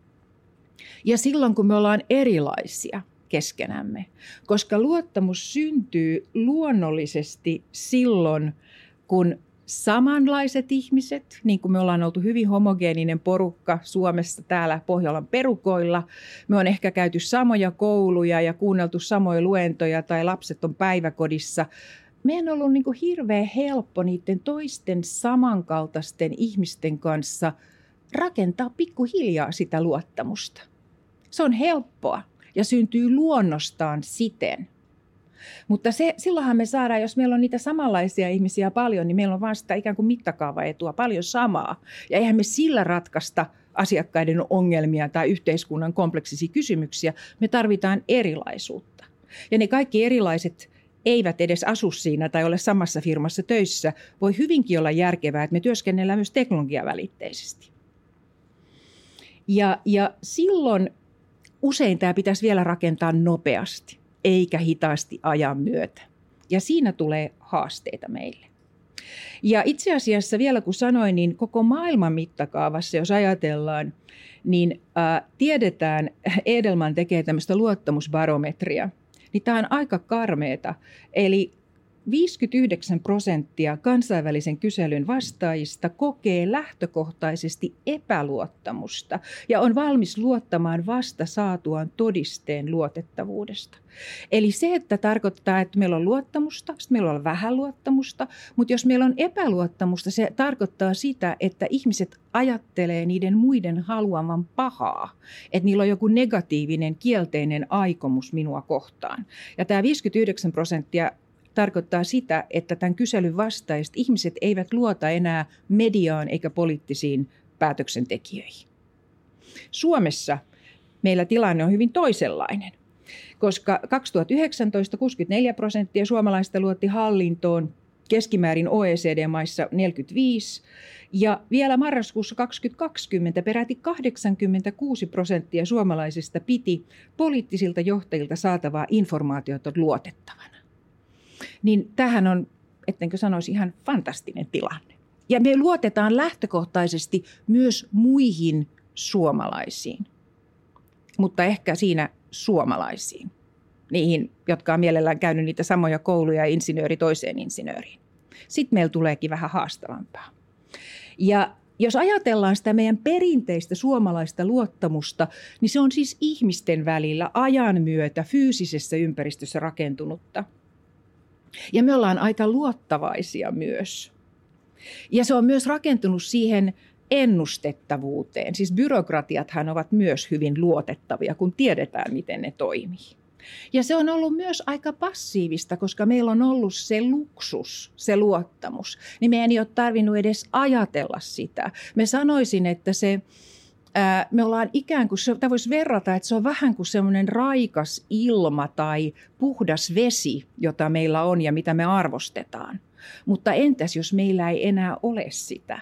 ja silloin, kun me ollaan erilaisia keskenämme, koska luottamus syntyy luonnollisesti silloin, kun samanlaiset ihmiset, niin kuin me ollaan oltu hyvin homogeeninen porukka Suomessa täällä Pohjolan perukoilla, me on ehkä käyty samoja kouluja ja kuunneltu samoja luentoja tai lapset on päiväkodissa. Meidän on ollut niin kuin hirveän helppo niiden toisten samankaltaisten ihmisten kanssa rakentaa pikkuhiljaa sitä luottamusta. Se on helppoa ja syntyy luonnostaan siten. Mutta silloinhan me saadaan, jos meillä on niitä samanlaisia ihmisiä paljon, niin meillä on vaan sitä ikään kuin mittakaavaetua, paljon samaa. Ja eihän me sillä ratkaista asiakkaiden ongelmia tai yhteiskunnan kompleksisia kysymyksiä. Me tarvitaan erilaisuutta. Ja ne kaikki erilaiset eivät edes asu siinä tai ole samassa firmassa töissä. Voi hyvinkin olla järkevää, että me työskennellään myös teknologiavälitteisesti. Ja silloin usein tämä pitäisi vielä rakentaa nopeasti, eikä hitaasti ajan myötä. Ja siinä tulee haasteita meille. Ja itse asiassa vielä kun sanoin, niin koko maailman mittakaavassa, jos ajatellaan, niin tiedetään, Edelman tekee tämmöistä luottamusbarometria, niin tämä on aika karmeeta. Eli 59% kansainvälisen kyselyn vastaajista kokee lähtökohtaisesti epäluottamusta ja on valmis luottamaan vasta saatuaan todisteen luotettavuudesta. Eli se, että tarkoittaa, että meillä on luottamusta, sitten meillä on vähän luottamusta, mutta jos meillä on epäluottamusta, se tarkoittaa sitä, että ihmiset ajattelee niiden muiden haluaman pahaa, että niillä on joku negatiivinen, kielteinen aikomus minua kohtaan. Ja tämä 59% tarkoittaa sitä, että tämän kyselyn vastaiset ihmiset eivät luota enää mediaan eikä poliittisiin päätöksentekijöihin. Suomessa meillä tilanne on hyvin toisenlainen, koska 2019 64% suomalaista luotti hallintoon, keskimäärin OECD-maissa 45%, ja vielä marraskuussa 2020 peräti 86% suomalaisista piti poliittisilta johtajilta saatavaa informaatiota luotettavana. Niin tämähän on, ettenkö sanoisi, ihan fantastinen tilanne. Ja me luotetaan lähtökohtaisesti myös muihin suomalaisiin, mutta ehkä siinä suomalaisiin. Niihin, jotka on mielellään käynyt niitä samoja kouluja insinööri toiseen insinööriin. Sitten meillä tuleekin vähän haastavampaa. Ja jos ajatellaan sitä meidän perinteistä suomalaista luottamusta, niin se on siis ihmisten välillä ajan myötä fyysisessä ympäristössä rakentunutta. Ja me ollaan aika luottavaisia myös. Ja se on myös rakentunut siihen ennustettavuuteen. Siis byrokratiathan ovat myös hyvin luotettavia, kun tiedetään, miten ne toimii. Ja se on ollut myös aika passiivista, koska meillä on ollut se luksus, se luottamus. Niin meidän ei ole tarvinnut edes ajatella sitä. Me sanoisin, että me ollaan ikään kuin, tämä voisi verrata, että se on vähän kuin semmoinen raikas ilma tai puhdas vesi, jota meillä on ja mitä me arvostetaan. Mutta entäs, jos meillä ei enää ole sitä?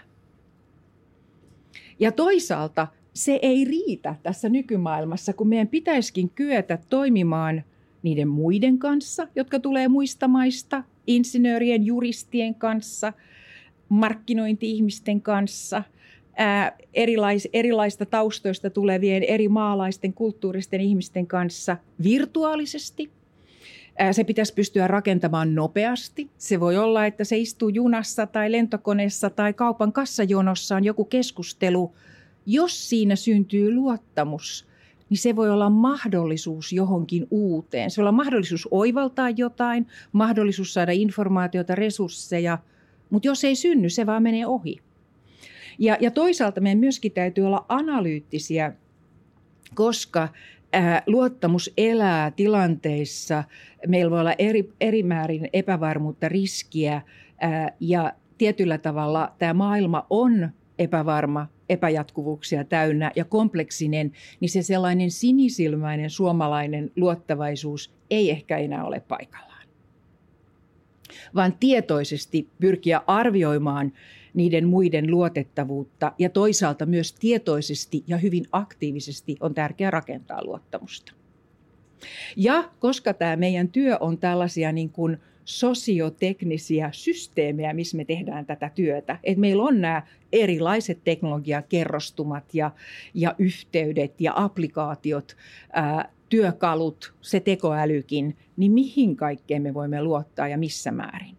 Ja toisaalta se ei riitä tässä nykymaailmassa, kun meidän pitäisikin kyetä toimimaan niiden muiden kanssa, jotka tulee muista maista, insinöörien, juristien kanssa, markkinointi-ihmisten kanssa, erilaista taustoista tulevien eri maalaisten, kulttuuristen ihmisten kanssa virtuaalisesti. Se pitäisi pystyä rakentamaan nopeasti. Se voi olla, että se istuu junassa tai lentokoneessa tai kaupan kassajonossa on joku keskustelu. Jos siinä syntyy luottamus, niin se voi olla mahdollisuus johonkin uuteen. Se voi olla mahdollisuus oivaltaa jotain, mahdollisuus saada informaatiota, resursseja, mutta jos ei synny, se vaan menee ohi. Ja toisaalta meidän myöskin täytyy olla analyyttisiä, koska luottamus elää tilanteissa. Meillä voi olla eri määrin epävarmuutta, riskiä ja tietyllä tavalla tämä maailma on epävarma, epäjatkuvuuksia täynnä ja kompleksinen, niin se sellainen sinisilmäinen suomalainen luottavaisuus ei ehkä enää ole paikallaan. Vaan tietoisesti pyrkiä arvioimaan niiden muiden luotettavuutta ja toisaalta myös tietoisesti ja hyvin aktiivisesti on tärkeää rakentaa luottamusta. Ja koska tämä meidän työ on tällaisia niin kuin sosioteknisiä systeemejä, missä me tehdään tätä työtä, että meillä on nämä erilaiset teknologiakerrostumat ja yhteydet ja applikaatiot, työkalut, se tekoälykin, niin mihin kaikkeen me voimme luottaa ja missä määrin?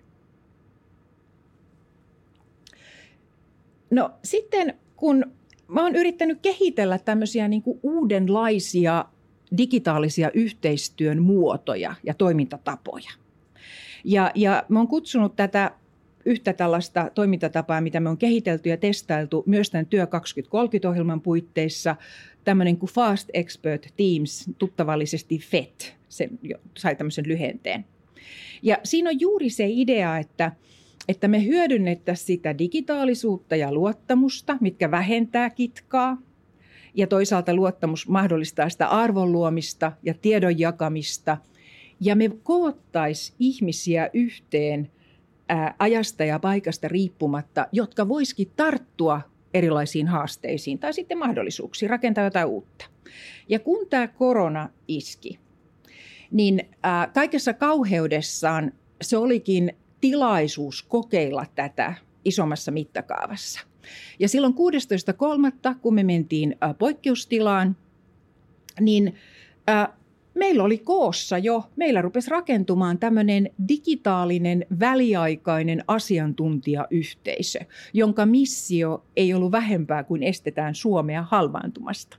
No sitten kun mä oon yrittänyt kehitellä tämmöisiä niin kuin uudenlaisia digitaalisia yhteistyön muotoja ja toimintatapoja. Ja mä oon kutsunut tätä yhtä tällaista toimintatapaa, mitä me on kehitelty ja testailtu myös tämän Työ 2030-ohjelman puitteissa, tämmöinen kuin Fast Expert Teams, tuttavallisesti FET, se sai tämmöisen lyhenteen. Ja siinä on juuri se idea, että me hyödynnettäisiin sitä digitaalisuutta ja luottamusta, mitkä vähentää kitkaa. Ja toisaalta luottamus mahdollistaa sitä arvon luomista ja tiedon jakamista. Ja me koottaisiin ihmisiä yhteen ajasta ja paikasta riippumatta, jotka voisikin tarttua erilaisiin haasteisiin tai sitten mahdollisuuksiin, rakentaa jotain uutta. Ja kun tämä korona iski, niin kaikessa kauheudessaan se olikin tilaisuus kokeilla tätä isommassa mittakaavassa. Ja silloin 16.3., kun me mentiin poikkeustilaan, niin meillä oli koossa meillä rupesi rakentumaan tämmöinen digitaalinen väliaikainen asiantuntijayhteisö, jonka missio ei ollut vähempää kuin estetään Suomea halvaantumasta.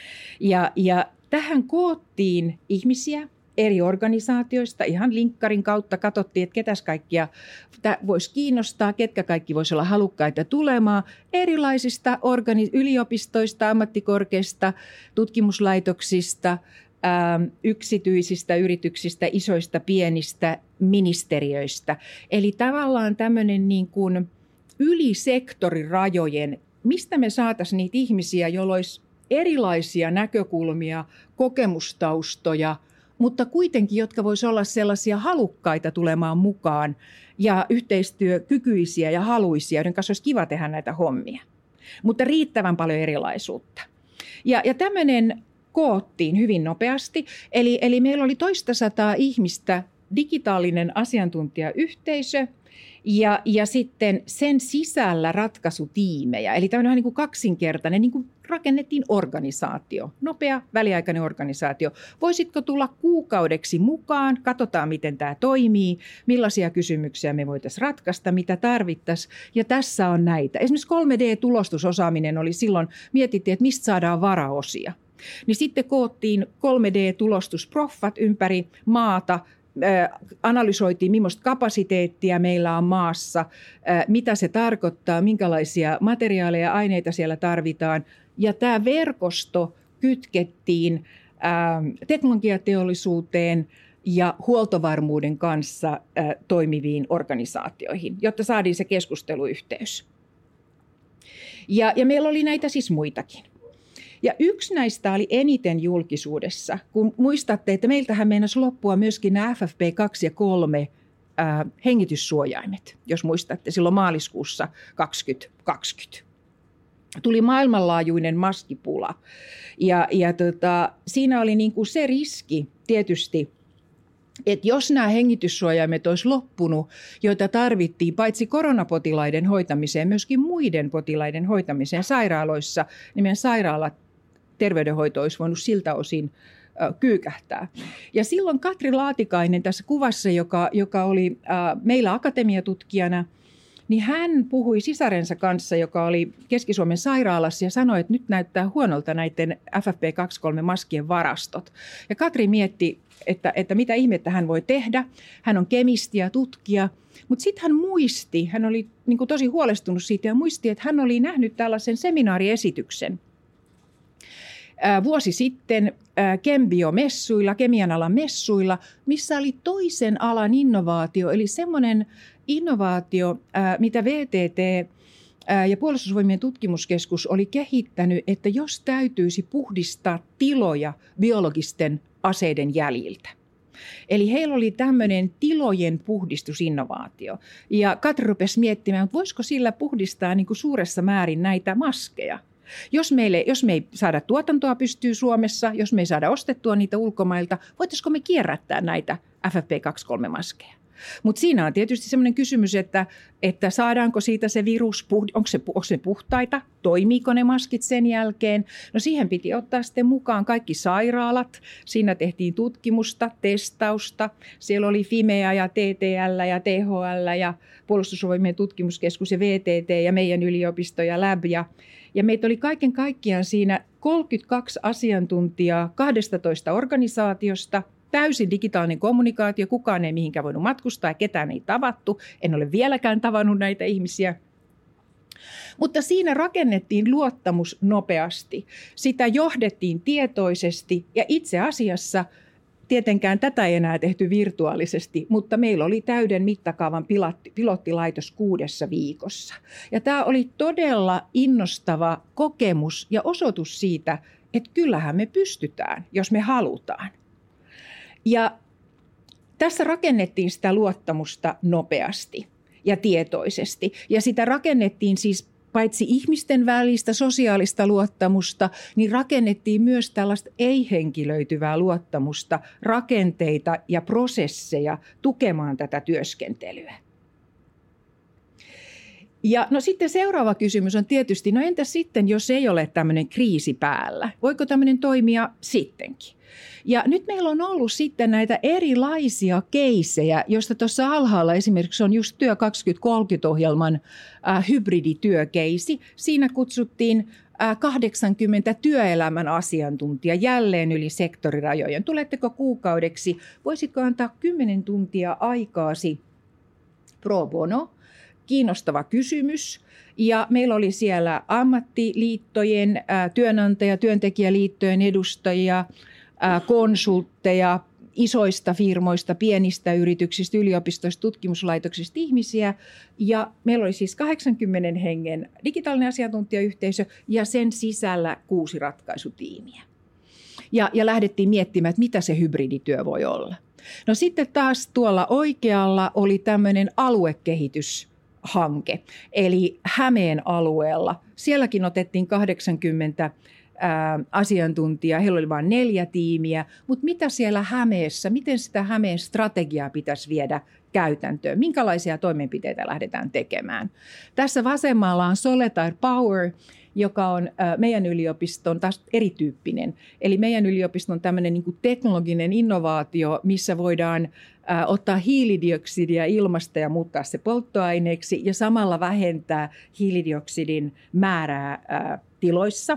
Ja tähän koottiin ihmisiä eri organisaatioista, ihan linkkarin kautta katsottiin, että ketäs kaikkia voisi kiinnostaa, ketkä kaikki voisi olla halukkaita tulemaan erilaisista yliopistoista, ammattikorkeista, tutkimuslaitoksista, yksityisistä yrityksistä, isoista, pienistä ministeriöistä. Eli tavallaan tämmöinen niin kuin yli sektorirajojen, mistä me saataisiin niitä ihmisiä, joilla olisi erilaisia näkökulmia, kokemustaustoja, mutta kuitenkin, jotka voisi olla sellaisia halukkaita tulemaan mukaan ja yhteistyökykyisiä ja haluisia, joiden kanssa olisi kiva tehdä näitä hommia. Mutta riittävän paljon erilaisuutta. Ja tämmöinen koottiin hyvin nopeasti. Eli meillä oli 200 ihmistä, digitaalinen asiantuntijayhteisö ja sitten sen sisällä ratkaisutiimejä. Eli tämmöinen niin kuin kaksinkertainen, niin kuin rakennettiin organisaatio, nopea väliaikainen organisaatio. Voisitko tulla kuukaudeksi mukaan, katsotaan miten tämä toimii, millaisia kysymyksiä me voitaisiin ratkaista, mitä tarvittaisiin. Ja tässä on näitä. Esimerkiksi 3D-tulostusosaaminen oli silloin, mietittiin, että mistä saadaan varaosia. Niin sitten koottiin 3D-tulostusproffat ympäri maata, analysoitiin, millaista kapasiteettia meillä on maassa, mitä se tarkoittaa, minkälaisia materiaaleja ja aineita siellä tarvitaan. Ja tämä verkosto kytkettiin teknologiateollisuuteen ja huoltovarmuuden kanssa toimiviin organisaatioihin, jotta saadiin se keskusteluyhteys. Ja meillä oli näitä siis muitakin. Ja yksi näistä oli eniten julkisuudessa, kun muistatte, että meiltähän meinasi loppua myöskin nämä FFP2 ja 3 hengityssuojaimet, jos muistatte, silloin maaliskuussa 2020. Tuli maailmanlaajuinen maskipula ja siinä oli niin kuin se riski tietysti, että jos nämä hengityssuojaimet olisi loppunut, joita tarvittiin paitsi koronapotilaiden hoitamiseen, myöskin muiden potilaiden hoitamiseen sairaaloissa, niin meidän sairaalaterveydenhoito olisi voinut siltä osin kyykähtää. Ja silloin Katri Laatikainen tässä kuvassa, joka oli meillä akatemiatutkijana, niin hän puhui sisarensa kanssa, joka oli Keski-Suomen sairaalassa ja sanoi, että nyt näyttää huonolta näiden FFP23-maskien varastot. Ja Katri mietti, että mitä ihmettä hän voi tehdä. Hän on kemisti ja tutkija, mutta sitten hän oli niin kuin tosi huolestunut siitä ja muisti, että hän oli nähnyt tällaisen seminaariesityksen vuosi sitten Kembio-messuilla, kemian alan messuilla, missä oli toisen alan innovaatio, eli semmoinen innovaatio, mitä VTT ja Puolustusvoimien tutkimuskeskus oli kehittänyt, että jos täytyisi puhdistaa tiloja biologisten aseiden jäljiltä. Eli heillä oli tämmöinen tilojen puhdistusinnovaatio. Ja Katri rupesi miettimään, että voisiko sillä puhdistaa niin kuin suuressa määrin näitä maskeja. Jos me ei saada tuotantoa pystyy Suomessa, jos me ei saada ostettua niitä ulkomailta, voitaisiko me kierrättää näitä FFP23-maskeja? Mutta siinä on tietysti sellainen kysymys, että saadaanko siitä se virus, onko se puhtaita, toimiiko ne maskit sen jälkeen. No siihen piti ottaa sitten mukaan kaikki sairaalat, siinä tehtiin tutkimusta, testausta. Siellä oli Fimea ja TTL ja THL ja Puolustusvoimien tutkimuskeskus ja VTT ja meidän yliopisto ja Lab. Ja meitä oli kaiken kaikkiaan siinä 32 asiantuntijaa 12 organisaatiosta, täysin digitaalinen kommunikaatio, kukaan ei mihinkään voinut matkustaa ja ketään ei tavattu. En ole vieläkään tavannut näitä ihmisiä. Mutta siinä rakennettiin luottamus nopeasti. Sitä johdettiin tietoisesti ja itse asiassa tietenkään tätä ei enää tehty virtuaalisesti, mutta meillä oli täyden mittakaavan pilottilaitos 6 viikossa. Ja tämä oli todella innostava kokemus ja osoitus siitä, että kyllähän me pystytään, jos me halutaan. Ja tässä rakennettiin sitä luottamusta nopeasti ja tietoisesti. Ja sitä rakennettiin siis paitsi ihmisten välistä sosiaalista luottamusta, niin rakennettiin myös tällaista ei-henkilöityvää luottamusta, rakenteita ja prosesseja tukemaan tätä työskentelyä. Ja no sitten seuraava kysymys on tietysti, no entä sitten, jos ei ole tämmöinen kriisi päällä? Voiko tämmöinen toimia sittenkin? Ja nyt meillä on ollut sitten näitä erilaisia keisejä, joista tuossa alhaalla esimerkiksi on just Työ 2030-ohjelman hybridityökeisi. Siinä kutsuttiin 80 työelämän asiantuntijaa jälleen yli sektorirajojen. Tuletteko kuukaudeksi? Voisitko antaa 10 tuntia aikaasi pro bono? Kiinnostava kysymys. Ja meillä oli siellä ammattiliittojen, työnantaja- ja työntekijäliittojen edustajia, konsultteja, isoista firmoista, pienistä yrityksistä, yliopistoista, tutkimuslaitoksista ihmisiä. Ja meillä oli siis 80 hengen digitaalinen asiantuntijayhteisö ja sen sisällä 6 ratkaisutiimiä. Ja lähdettiin miettimään, että mitä se hybridityö voi olla. No sitten taas tuolla oikealla oli tämmöinen aluekehityshanke, eli Hämeen alueella. Sielläkin otettiin 80 asiantuntijaa, heillä oli vain 4 tiimiä, mutta mitä siellä Hämeessä, miten sitä Hämeen strategiaa pitäisi viedä käytäntöön, minkälaisia toimenpiteitä lähdetään tekemään. Tässä vasemmalla on Soletair Power, joka on meidän yliopiston taas erityyppinen. Eli meidän yliopiston tämmöinen niin kuin teknologinen innovaatio, missä voidaan ottaa hiilidioksidia ilmasta ja muuttaa se polttoaineeksi ja samalla vähentää hiilidioksidin määrää tiloissa.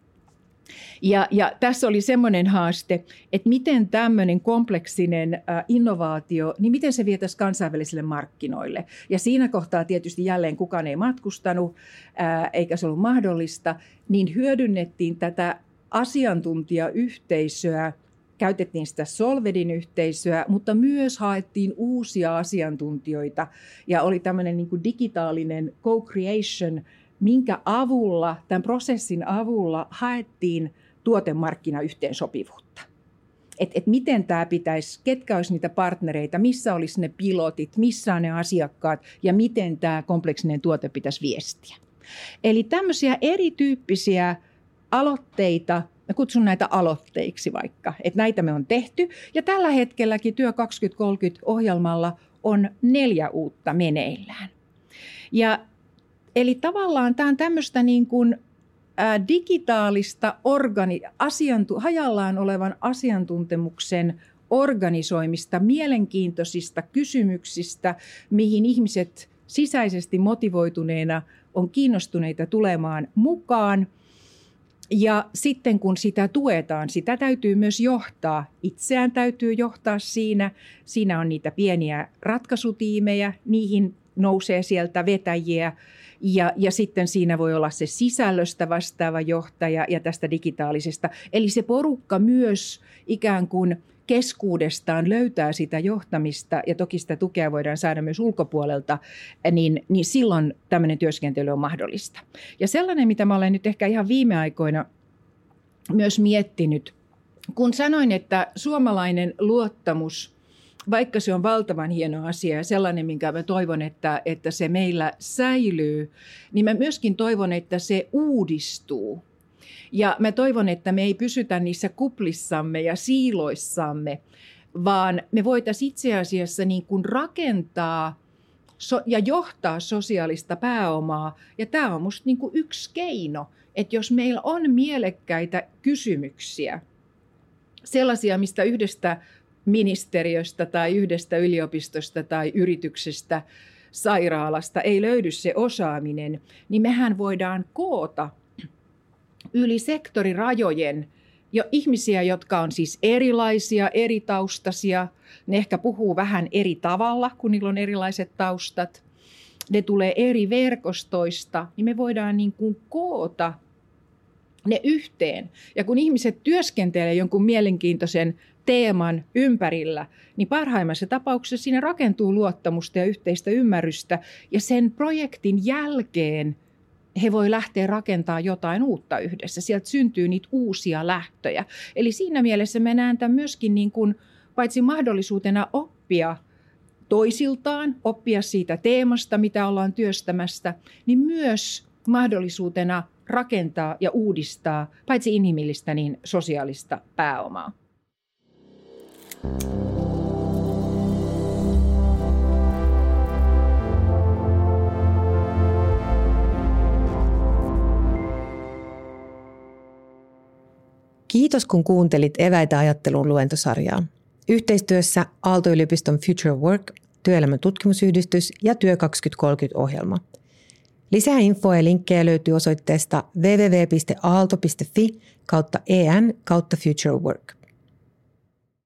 Ja tässä oli semmoinen haaste, että miten tämmöinen kompleksinen innovaatio, niin miten se vietäisiin kansainvälisille markkinoille. Ja siinä kohtaa tietysti jälleen kukaan ei matkustanut, eikä se ollut mahdollista, niin hyödynnettiin tätä asiantuntijayhteisöä, käytettiin sitä Solvedin yhteisöä, mutta myös haettiin uusia asiantuntijoita ja oli tämmöinen niin kuin digitaalinen co-creation, minkä avulla, tämän prosessin avulla haettiin tuotemarkkinayhteensopivuutta. Et miten tämä pitäisi, ketkä olisi niitä partnereita, missä olisi ne pilotit, missä on ne asiakkaat ja miten tämä kompleksinen tuote pitäisi viestiä. Eli tämmöisiä erityyppisiä aloitteita, mä kutsun näitä aloitteiksi vaikka, että näitä me on tehty. Ja tällä hetkelläkin Työ 2030-ohjelmalla on 4 uutta meneillään. Eli tavallaan tämä on tämmöistä niin kuin digitaalista hajallaan olevan asiantuntemuksen organisoimista mielenkiintoisista kysymyksistä, mihin ihmiset sisäisesti motivoituneena on kiinnostuneita tulemaan mukaan. Ja sitten kun sitä tuetaan, sitä täytyy myös johtaa. Itseään täytyy johtaa siinä. Siinä on niitä pieniä ratkaisutiimejä, niihin nousee sieltä vetäjiä. Ja sitten siinä voi olla se sisällöstä vastaava johtaja ja tästä digitaalisesta. Eli se porukka myös ikään kuin keskuudestaan löytää sitä johtamista ja toki sitä tukea voidaan saada myös ulkopuolelta, niin silloin tämmöinen työskentely on mahdollista. Ja sellainen, mitä mä olen nyt ehkä ihan viime aikoina myös miettinyt, kun sanoin, että suomalainen luottamus, vaikka se on valtavan hieno asia ja sellainen, minkä mä toivon, että se meillä säilyy, niin mä myöskin toivon, että se uudistuu. Ja mä toivon, että me ei pysytä niissä kuplissamme ja siiloissamme, vaan me voitaisiin itse asiassa niin kuin rakentaa ja johtaa sosiaalista pääomaa. Ja tämä on musta niin kuin yksi keino, että jos meillä on mielekkäitä kysymyksiä, sellaisia, mistä yhdestä ministeriöstä tai yhdestä yliopistosta tai yrityksestä, sairaalasta ei löydy se osaaminen, niin mehän voidaan koota yli sektorirajojen jo ihmisiä, jotka on siis erilaisia, eri taustaisia. Ne ehkä puhuu vähän eri tavalla, kun niillä on erilaiset taustat. Ne tulee eri verkostoista, niin me voidaan niin kuin koota ne yhteen. Ja kun ihmiset työskentelee jonkun mielenkiintoisen teeman ympärillä, niin parhaimmassa tapauksessa siinä rakentuu luottamusta ja yhteistä ymmärrystä. Ja sen projektin jälkeen he voi lähteä rakentamaan jotain uutta yhdessä. Sieltä syntyy niitä uusia lähtöjä. Eli siinä mielessä me näen tämän myöskin niin kuin, paitsi mahdollisuutena oppia toisiltaan, oppia siitä teemasta, mitä ollaan työstämästä, niin myös mahdollisuutena rakentaa ja uudistaa paitsi inhimillistä, niin sosiaalista pääomaa. Kiitos kun kuuntelit Eväitä ajatteluun -luentosarjaa. Yhteistyössä Aalto-yliopiston Future Work, Työelämän tutkimusyhdistys ja Työ 2030-ohjelma. Lisää infoa ja linkkejä löytyy osoitteesta www.aalto.fi/en/Future Work.